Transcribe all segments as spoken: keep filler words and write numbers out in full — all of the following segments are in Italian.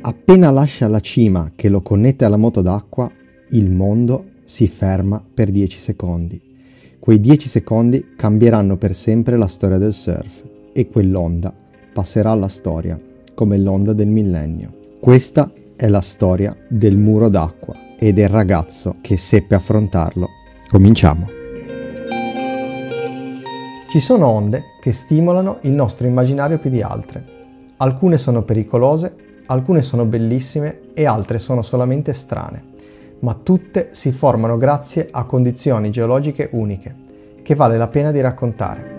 Appena lascia la cima che lo connette alla moto d'acqua, il mondo si ferma per dieci secondi. Quei dieci secondi cambieranno per sempre la storia del surf e quell'onda passerà alla storia come l'onda del millennio. Questa è la storia del muro d'acqua e del ragazzo che seppe affrontarlo. Cominciamo. Ci sono onde che stimolano il nostro immaginario più di altre. Alcune sono pericolose, alcune sono bellissime e altre sono solamente strane, ma tutte si formano grazie a condizioni geologiche uniche, che vale la pena di raccontare.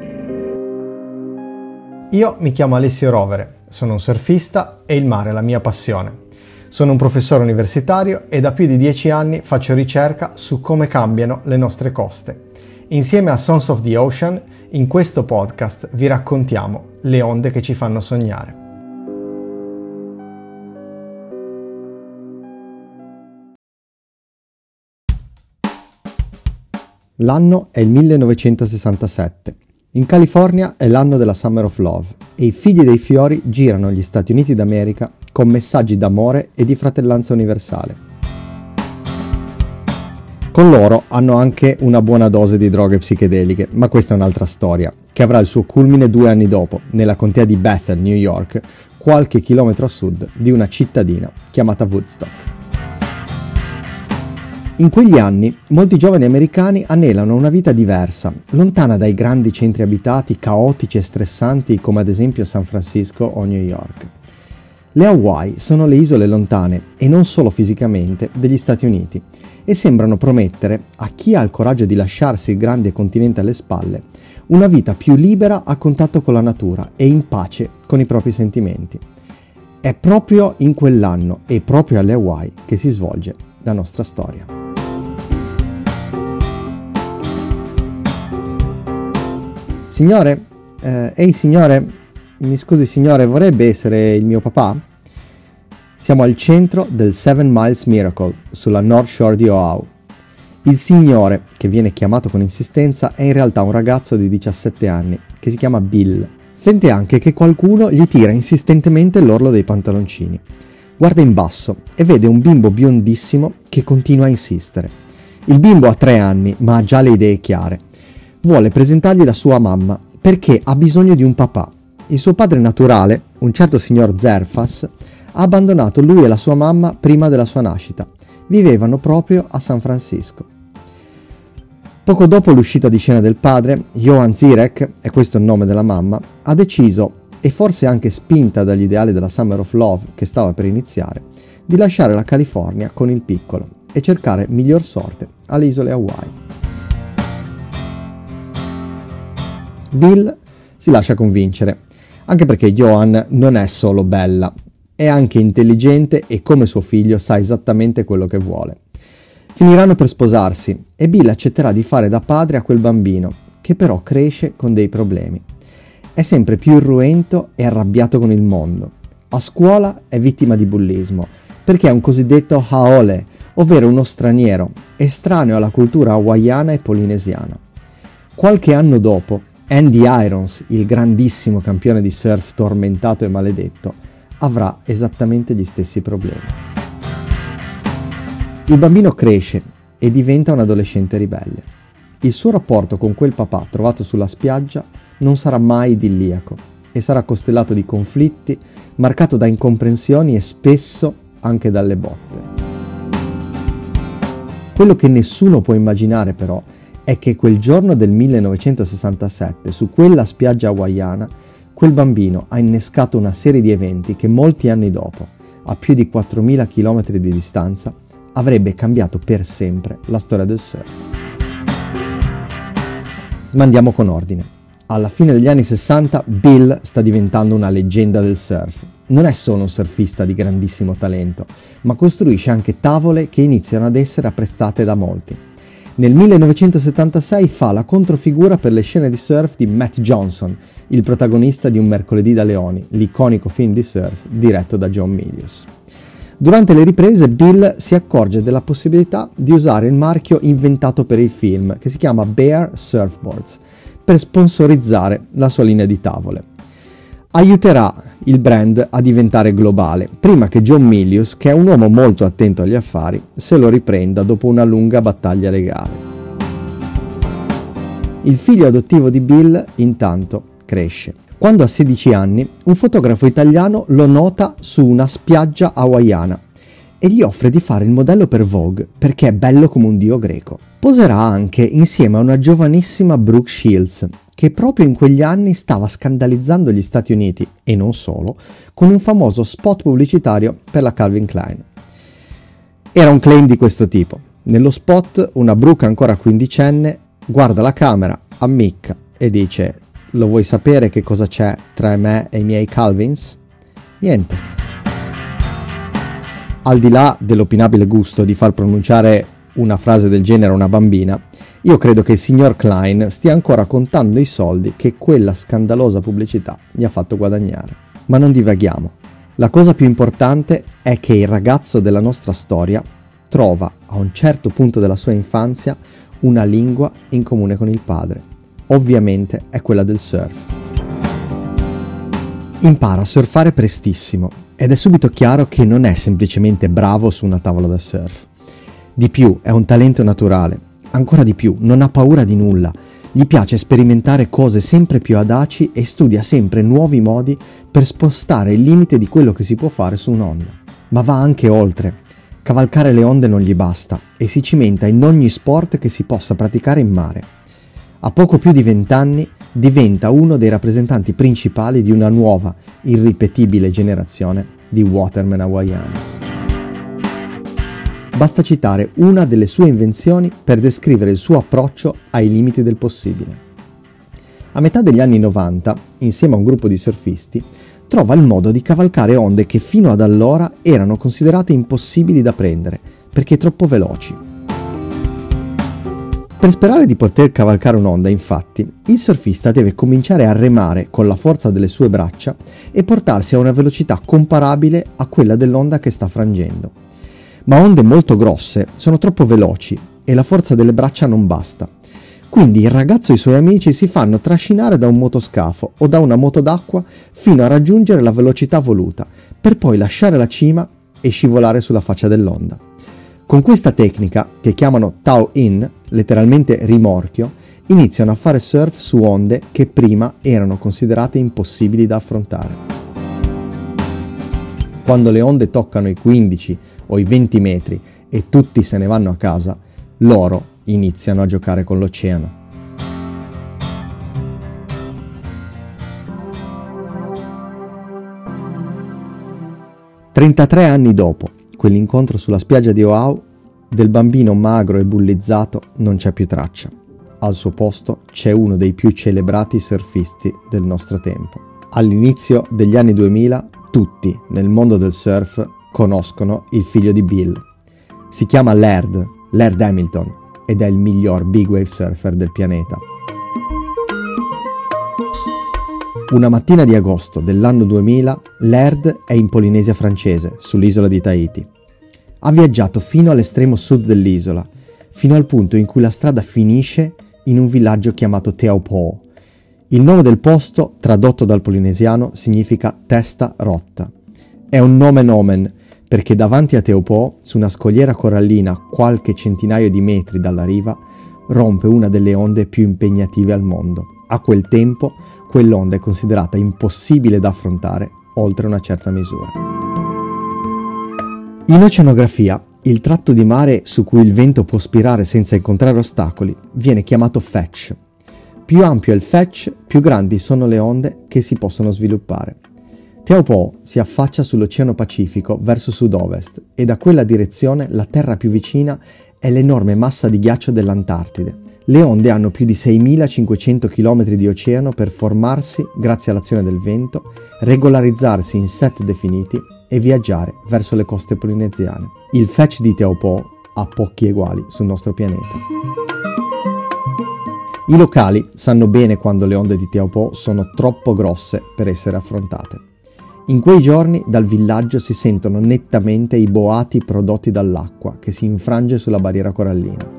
Io mi chiamo Alessio Rovere, sono un surfista e il mare è la mia passione. Sono un professore universitario e da più di dieci anni faccio ricerca su come cambiano le nostre coste. Insieme a Sons of the Ocean, in questo podcast vi raccontiamo le onde che ci fanno sognare. L'anno è il millenovecentosessantasette. In California è l'anno della Summer of Love e i figli dei fiori girano gli Stati Uniti d'America con messaggi d'amore e di fratellanza universale. Con loro hanno anche una buona dose di droghe psichedeliche, ma questa è un'altra storia, che avrà il suo culmine due anni dopo, nella contea di Bethel, New York, qualche chilometro a sud di una cittadina chiamata Woodstock. In quegli anni, molti giovani americani anelano una vita diversa, lontana dai grandi centri abitati caotici e stressanti come ad esempio San Francisco o New York. Le Hawaii sono le isole lontane, e non solo fisicamente, degli Stati Uniti, e sembrano promettere, a chi ha il coraggio di lasciarsi il grande continente alle spalle, una vita più libera a contatto con la natura e in pace con i propri sentimenti. È proprio in quell'anno e proprio alle Hawaii che si svolge la nostra storia. Signore, eh, ehi signore, mi scusi signore, vorrebbe essere il mio papà? Siamo al centro del Seven Miles Miracle, sulla North Shore di Oahu. Il signore, che viene chiamato con insistenza, è in realtà un ragazzo di diciassette anni, che si chiama Bill. Sente anche che qualcuno gli tira insistentemente l'orlo dei pantaloncini. Guarda in basso e vede un bimbo biondissimo che continua a insistere. Il bimbo ha tre anni, ma ha già le idee chiare. Vuole presentargli la sua mamma, perché ha bisogno di un papà. Il suo padre naturale, un certo signor Zerfas, ha abbandonato lui e la sua mamma prima della sua nascita. Vivevano proprio a San Francisco. Poco dopo l'uscita di scena del padre, Johan Zirek, è questo il nome della mamma, ha deciso, e forse anche spinta dagli ideali della Summer of Love che stava per iniziare, di lasciare la California con il piccolo e cercare miglior sorte alle isole Hawaii. Bill si lascia convincere, anche perché Johan non è solo bella, è anche intelligente e come suo figlio sa esattamente quello che vuole. Finiranno per sposarsi e Bill accetterà di fare da padre a quel bambino, che però cresce con dei problemi. È sempre più irruento e arrabbiato con il mondo. A scuola è vittima di bullismo, perché è un cosiddetto haole, ovvero uno straniero, estraneo alla cultura hawaiana e polinesiana. Qualche anno dopo, Andy Irons, il grandissimo campione di surf tormentato e maledetto, avrà esattamente gli stessi problemi. Il bambino cresce e diventa un adolescente ribelle. Il suo rapporto con quel papà trovato sulla spiaggia non sarà mai idilliaco e sarà costellato di conflitti, marcato da incomprensioni e spesso anche dalle botte. Quello che nessuno può immaginare però è che quel giorno del millenovecentosessantasette, su quella spiaggia hawaiana, quel bambino ha innescato una serie di eventi che molti anni dopo, a più di quattromila chilometri di distanza, avrebbe cambiato per sempre la storia del surf. Ma andiamo con ordine. Alla fine degli anni sessanta Bill sta diventando una leggenda del surf. Non è solo un surfista di grandissimo talento, ma costruisce anche tavole che iniziano ad essere apprezzate da molti. Nel millenovecentosettantasei fa la controfigura per le scene di surf di Matt Johnson, il protagonista di Un mercoledì da leoni, l'iconico film di surf diretto da John Milius. Durante le riprese Bill si accorge della possibilità di usare il marchio inventato per il film, che si chiama Bear Surfboards, per sponsorizzare la sua linea di tavole. Aiuterà il brand a diventare globale, prima che John Milius, che è un uomo molto attento agli affari, se lo riprenda dopo una lunga battaglia legale. Il figlio adottivo di Bill, intanto, cresce. Quando ha sedici anni, un fotografo italiano lo nota su una spiaggia hawaiana e gli offre di fare il modello per Vogue perché è bello come un dio greco. Poserà anche insieme a una giovanissima Brooke Shields, che proprio in quegli anni stava scandalizzando gli Stati Uniti, e non solo, con un famoso spot pubblicitario per la Calvin Klein. Era un claim di questo tipo. Nello spot una Brooke ancora quindicenne guarda la camera, ammicca e dice: «Lo vuoi sapere che cosa c'è tra me e i miei Calvins?» Niente. Al di là dell'opinabile gusto di far pronunciare una frase del genere a una bambina, io credo che il signor Klein stia ancora contando i soldi che quella scandalosa pubblicità gli ha fatto guadagnare. Ma non divaghiamo. La cosa più importante è che il ragazzo della nostra storia trova a un certo punto della sua infanzia una lingua in comune con il padre. Ovviamente è quella del surf. Impara a surfare prestissimo ed è subito chiaro che non è semplicemente bravo su una tavola da surf. Di più, è un talento naturale. Ancora di più, non ha paura di nulla. Gli piace sperimentare cose sempre più audaci e studia sempre nuovi modi per spostare il limite di quello che si può fare su un'onda. Ma va anche oltre. Cavalcare le onde non gli basta e si cimenta in ogni sport che si possa praticare in mare. A poco più di vent'anni diventa uno dei rappresentanti principali di una nuova, irripetibile generazione di waterman hawaiani. Basta citare una delle sue invenzioni per descrivere il suo approccio ai limiti del possibile. A metà degli anni novanta, insieme a un gruppo di surfisti, trova il modo di cavalcare onde che fino ad allora erano considerate impossibili da prendere, perché troppo veloci. Per sperare di poter cavalcare un'onda, infatti, il surfista deve cominciare a remare con la forza delle sue braccia e portarsi a una velocità comparabile a quella dell'onda che sta frangendo. Ma onde molto grosse sono troppo veloci e la forza delle braccia non basta. Quindi il ragazzo e i suoi amici si fanno trascinare da un motoscafo o da una moto d'acqua fino a raggiungere la velocità voluta, per poi lasciare la cima e scivolare sulla faccia dell'onda. Con questa tecnica, che chiamano tow-in, letteralmente rimorchio, iniziano a fare surf su onde che prima erano considerate impossibili da affrontare. Quando le onde toccano i quindici o i venti metri e tutti se ne vanno a casa, loro iniziano a giocare con l'oceano. trentatré anni dopo quell'incontro sulla spiaggia di Oahu, del bambino magro e bullizzato non c'è più traccia. Al suo posto c'è uno dei più celebrati surfisti del nostro tempo. All'inizio degli anni duemila, tutti nel mondo del surf conoscono il figlio di Bill. Si chiama Laird, Laird Hamilton, ed è il miglior big wave surfer del pianeta. Una mattina di agosto dell'anno duemila, Laird è in Polinesia francese, sull'isola di Tahiti. Ha viaggiato fino all'estremo sud dell'isola, fino al punto in cui la strada finisce in un villaggio chiamato Teaupoo. Il nome del posto, tradotto dal polinesiano, significa testa rotta. È un nomen omen, perché davanti a Teaupoo, su una scogliera corallina qualche centinaio di metri dalla riva, rompe una delle onde più impegnative al mondo. A quel tempo, quell'onda è considerata impossibile da affrontare oltre una certa misura. In oceanografia, il tratto di mare su cui il vento può spirare senza incontrare ostacoli viene chiamato fetch. Più ampio è il fetch, più grandi sono le onde che si possono sviluppare. Teaupoo si affaccia sull'Oceano Pacifico verso sud-ovest e da quella direzione la terra più vicina è l'enorme massa di ghiaccio dell'Antartide. Le onde hanno più di seimilacinquecento chilometri di oceano per formarsi grazie all'azione del vento, regolarizzarsi in set definiti e viaggiare verso le coste polinesiane. Il fetch di Teaupoo ha pochi eguali sul nostro pianeta. I locali sanno bene quando le onde di Teaupoo sono troppo grosse per essere affrontate. In quei giorni dal villaggio si sentono nettamente i boati prodotti dall'acqua che si infrange sulla barriera corallina.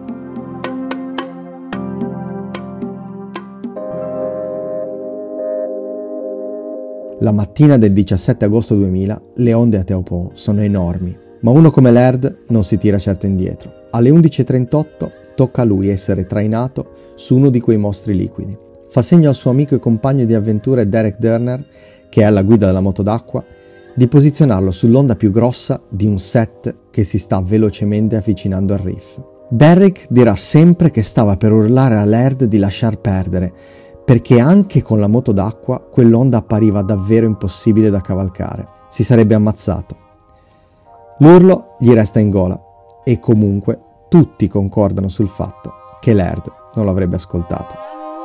La mattina del diciassette agosto duemila le onde a Teahupo'o sono enormi, ma uno come Laird non si tira certo indietro. Alle undici e trentotto tocca a lui essere trainato su uno di quei mostri liquidi. Fa segno al suo amico e compagno di avventure Derek Derner, che è alla guida della moto d'acqua, di posizionarlo sull'onda più grossa di un set che si sta velocemente avvicinando al reef. Derek dirà sempre che stava per urlare a Laird di lasciar perdere, perché anche con la moto d'acqua quell'onda appariva davvero impossibile da cavalcare. Si sarebbe ammazzato. L'urlo gli resta in gola e comunque tutti concordano sul fatto che Laird non l'avrebbe ascoltato.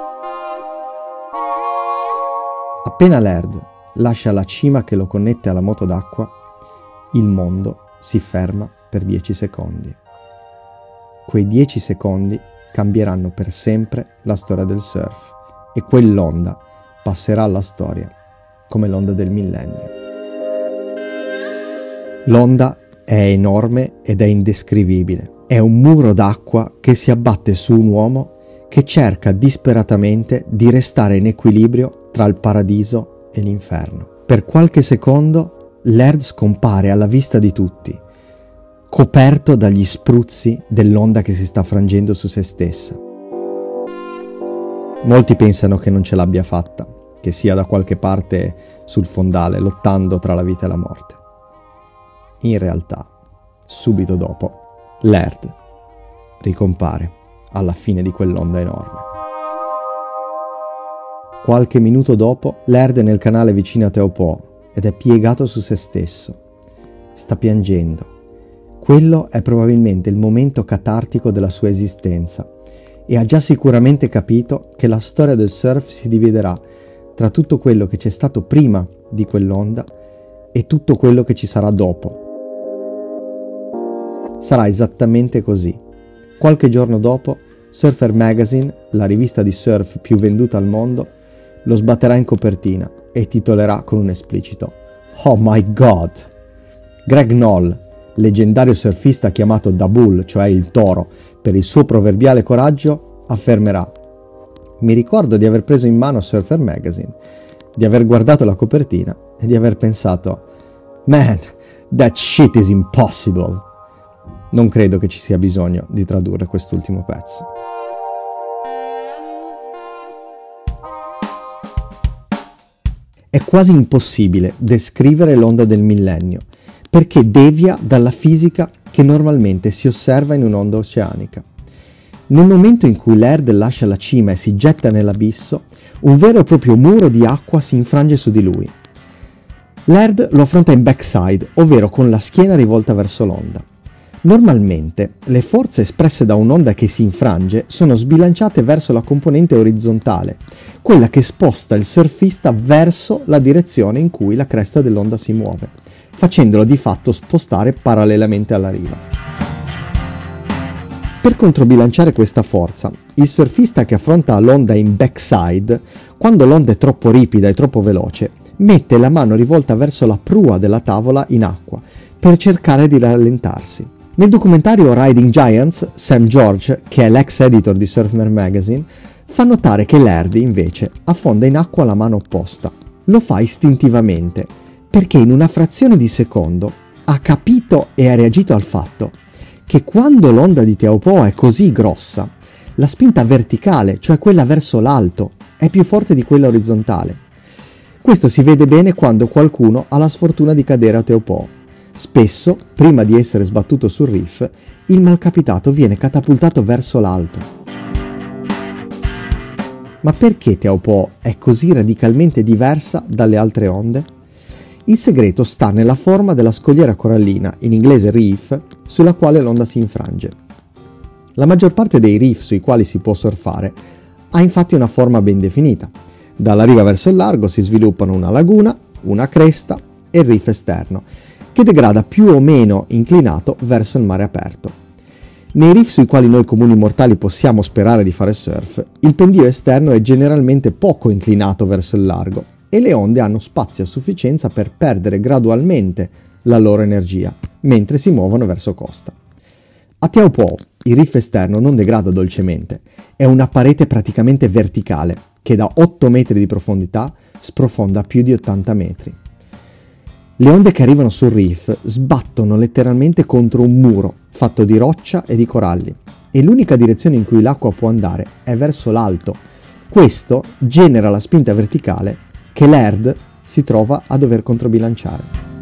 Appena Laird lascia la cima che lo connette alla moto d'acqua, il mondo si ferma per dieci secondi. Quei dieci secondi cambieranno per sempre la storia del surf e quell'onda passerà alla storia come l'onda del millennio. L'onda è enorme ed è indescrivibile. È un muro d'acqua che si abbatte su un uomo che cerca disperatamente di restare in equilibrio tra il paradiso e l'inferno. Per qualche secondo Laird scompare alla vista di tutti, coperto dagli spruzzi dell'onda che si sta frangendo su se stessa. Molti pensano che non ce l'abbia fatta, che sia da qualche parte sul fondale, lottando tra la vita e la morte. In realtà, subito dopo, Laird ricompare alla fine di quell'onda enorme. Qualche minuto dopo, Laird è nel canale vicino a Teahupo'o ed è piegato su se stesso. Sta piangendo. Quello è probabilmente il momento catartico della sua esistenza e ha già sicuramente capito che la storia del surf si dividerà tra tutto quello che c'è stato prima di quell'onda e tutto quello che ci sarà dopo. Sarà esattamente così. Qualche giorno dopo, Surfer Magazine, la rivista di surf più venduta al mondo, lo sbatterà in copertina e titolerà con un esplicito "Oh my God!". Greg Noll, leggendario surfista chiamato Da Bull, cioè il toro, per il suo proverbiale coraggio, affermerà: "Mi ricordo di aver preso in mano Surfer Magazine, di aver guardato la copertina e di aver pensato: Man, that shit is impossible!". Non credo che ci sia bisogno di tradurre quest'ultimo pezzo. È quasi impossibile descrivere l'onda del millennio, perché devia dalla fisica che normalmente si osserva in un'onda oceanica. Nel momento in cui Laird lascia la cima e si getta nell'abisso, un vero e proprio muro di acqua si infrange su di lui. Laird lo affronta in backside, ovvero con la schiena rivolta verso l'onda. Normalmente le forze espresse da un'onda che si infrange sono sbilanciate verso la componente orizzontale, quella che sposta il surfista verso la direzione in cui la cresta dell'onda si muove, facendolo di fatto spostare parallelamente alla riva. Per controbilanciare questa forza, il surfista che affronta l'onda in backside, quando l'onda è troppo ripida e troppo veloce, mette la mano rivolta verso la prua della tavola in acqua per cercare di rallentarsi. Nel documentario Riding Giants, Sam George, che è l'ex editor di Surfer Magazine, fa notare che Laird invece affonda in acqua la mano opposta. Lo fa istintivamente, perché in una frazione di secondo ha capito e ha reagito al fatto che quando l'onda di Teahupo'o è così grossa, la spinta verticale, cioè quella verso l'alto, è più forte di quella orizzontale. Questo si vede bene quando qualcuno ha la sfortuna di cadere a Teahupo'o. Spesso, prima di essere sbattuto sul reef, il malcapitato viene catapultato verso l'alto. Ma perché Teahupo'o è così radicalmente diversa dalle altre onde? Il segreto sta nella forma della scogliera corallina, in inglese reef, sulla quale l'onda si infrange. La maggior parte dei reef sui quali si può surfare ha infatti una forma ben definita. Dalla riva verso il largo si sviluppano una laguna, una cresta e il reef esterno, che degrada più o meno inclinato verso il mare aperto. Nei reef sui quali noi comuni mortali possiamo sperare di fare surf, il pendio esterno è generalmente poco inclinato verso il largo e le onde hanno spazio a sufficienza per perdere gradualmente la loro energia, mentre si muovono verso costa. A Teahupo'o il reef esterno non degrada dolcemente, è una parete praticamente verticale, che da otto metri di profondità sprofonda a più di ottanta metri. Le onde che arrivano sul reef sbattono letteralmente contro un muro fatto di roccia e di coralli e l'unica direzione in cui l'acqua può andare è verso l'alto. Questo genera la spinta verticale che l'E R D si trova a dover controbilanciare.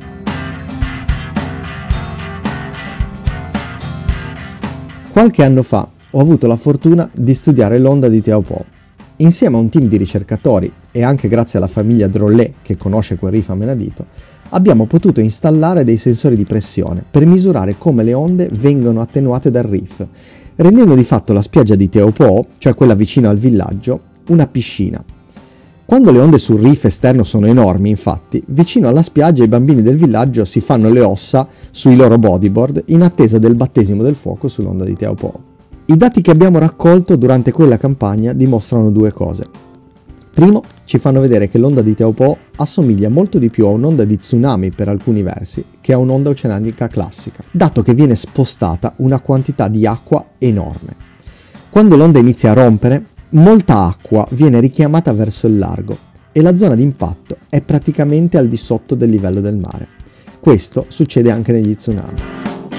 Qualche anno fa ho avuto la fortuna di studiare l'onda di Teahupo'o. Insieme a un team di ricercatori e anche grazie alla famiglia Drolet che conosce quel reef a menadito, abbiamo potuto installare dei sensori di pressione per misurare come le onde vengono attenuate dal reef, rendendo di fatto la spiaggia di Teahupo'o, cioè quella vicino al villaggio, una piscina. Quando le onde sul reef esterno sono enormi, infatti, vicino alla spiaggia i bambini del villaggio si fanno le ossa sui loro bodyboard in attesa del battesimo del fuoco sull'onda di Teahupo'o. I dati che abbiamo raccolto durante quella campagna dimostrano due cose. Primo, ci fanno vedere che l'onda di Teahupo'o assomiglia molto di più a un'onda di tsunami per alcuni versi che a un'onda oceanica classica, dato che viene spostata una quantità di acqua enorme. Quando l'onda inizia a rompere, molta acqua viene richiamata verso il largo e la zona di impatto è praticamente al di sotto del livello del mare. Questo succede anche negli tsunami.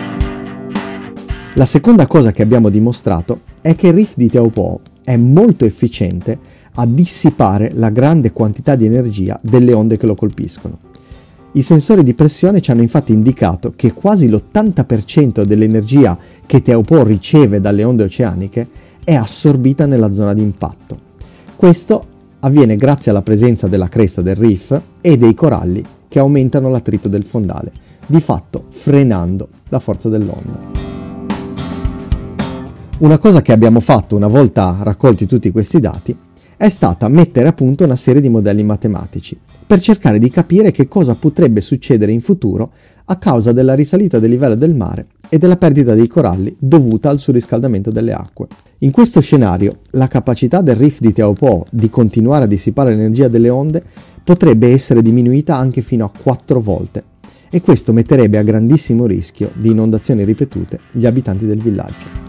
La seconda cosa che abbiamo dimostrato è che il reef di Teahupo'o è molto efficiente a dissipare la grande quantità di energia delle onde che lo colpiscono. I sensori di pressione ci hanno infatti indicato che quasi l'ottanta per cento dell'energia che Teahupo'o riceve dalle onde oceaniche è assorbita nella zona di impatto. Questo avviene grazie alla presenza della cresta del reef e dei coralli che aumentano l'attrito del fondale, di fatto frenando la forza dell'onda. Una cosa che abbiamo fatto una volta raccolti tutti questi dati è stata mettere a punto una serie di modelli matematici per cercare di capire che cosa potrebbe succedere in futuro a causa della risalita del livello del mare e della perdita dei coralli dovuta al surriscaldamento delle acque. In questo scenario, la capacità del reef di Teahupo'o di continuare a dissipare l'energia delle onde potrebbe essere diminuita anche fino a quattro volte e questo metterebbe a grandissimo rischio di inondazioni ripetute gli abitanti del villaggio.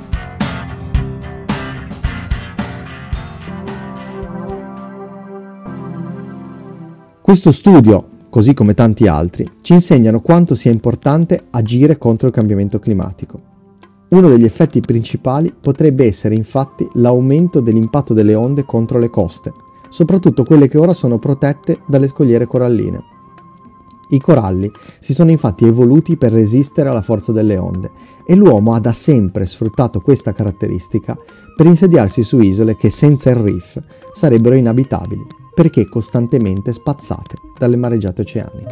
Questo studio, così come tanti altri, ci insegnano quanto sia importante agire contro il cambiamento climatico. Uno degli effetti principali potrebbe essere infatti l'aumento dell'impatto delle onde contro le coste, soprattutto quelle che ora sono protette dalle scogliere coralline. I coralli si sono infatti evoluti per resistere alla forza delle onde e l'uomo ha da sempre sfruttato questa caratteristica per insediarsi su isole che senza il reef sarebbero inabitabili, perché costantemente spazzate dalle mareggiate oceaniche.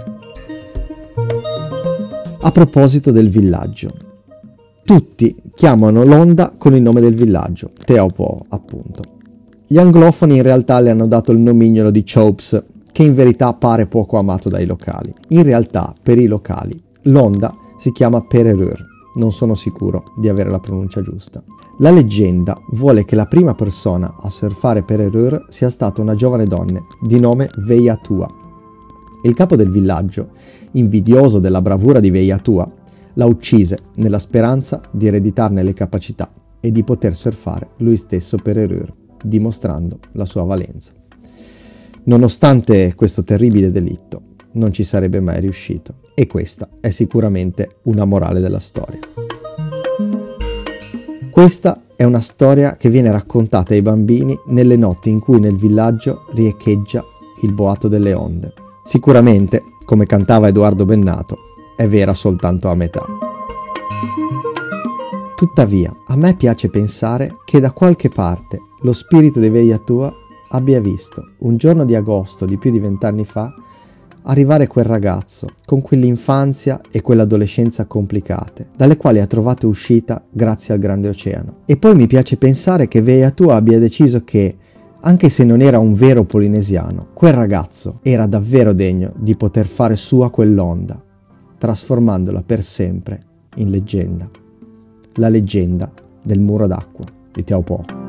A proposito del villaggio, tutti chiamano l'onda con il nome del villaggio, Teahupo'o appunto. Gli anglofoni in realtà le hanno dato il nomignolo di Choups, che in verità pare poco amato dai locali. In realtà, per i locali, l'onda si chiama Pererur, non sono sicuro di avere la pronuncia giusta. La leggenda vuole che la prima persona a surfare Pererur sia stata una giovane donna di nome Veiatua. Il capo del villaggio, invidioso della bravura di Veiatua, la uccise nella speranza di ereditarne le capacità e di poter surfare lui stesso Pererur, dimostrando la sua valenza. Nonostante questo terribile delitto, non ci sarebbe mai riuscito e questa è sicuramente una morale della storia. Questa è una storia che viene raccontata ai bambini nelle notti in cui nel villaggio riecheggia il boato delle onde. Sicuramente, come cantava Edoardo Bennato, è vera soltanto a metà. Tuttavia, a me piace pensare che da qualche parte lo spirito di Veiatua abbia visto, un giorno di agosto di più di vent'anni fa, arrivare quel ragazzo con quell'infanzia e quell'adolescenza complicate, dalle quali ha trovato uscita grazie al grande oceano. E poi mi piace pensare che Veiatua abbia deciso che, anche se non era un vero polinesiano, quel ragazzo era davvero degno di poter fare sua quell'onda, trasformandola per sempre in leggenda. La leggenda del muro d'acqua di Teahupo'o.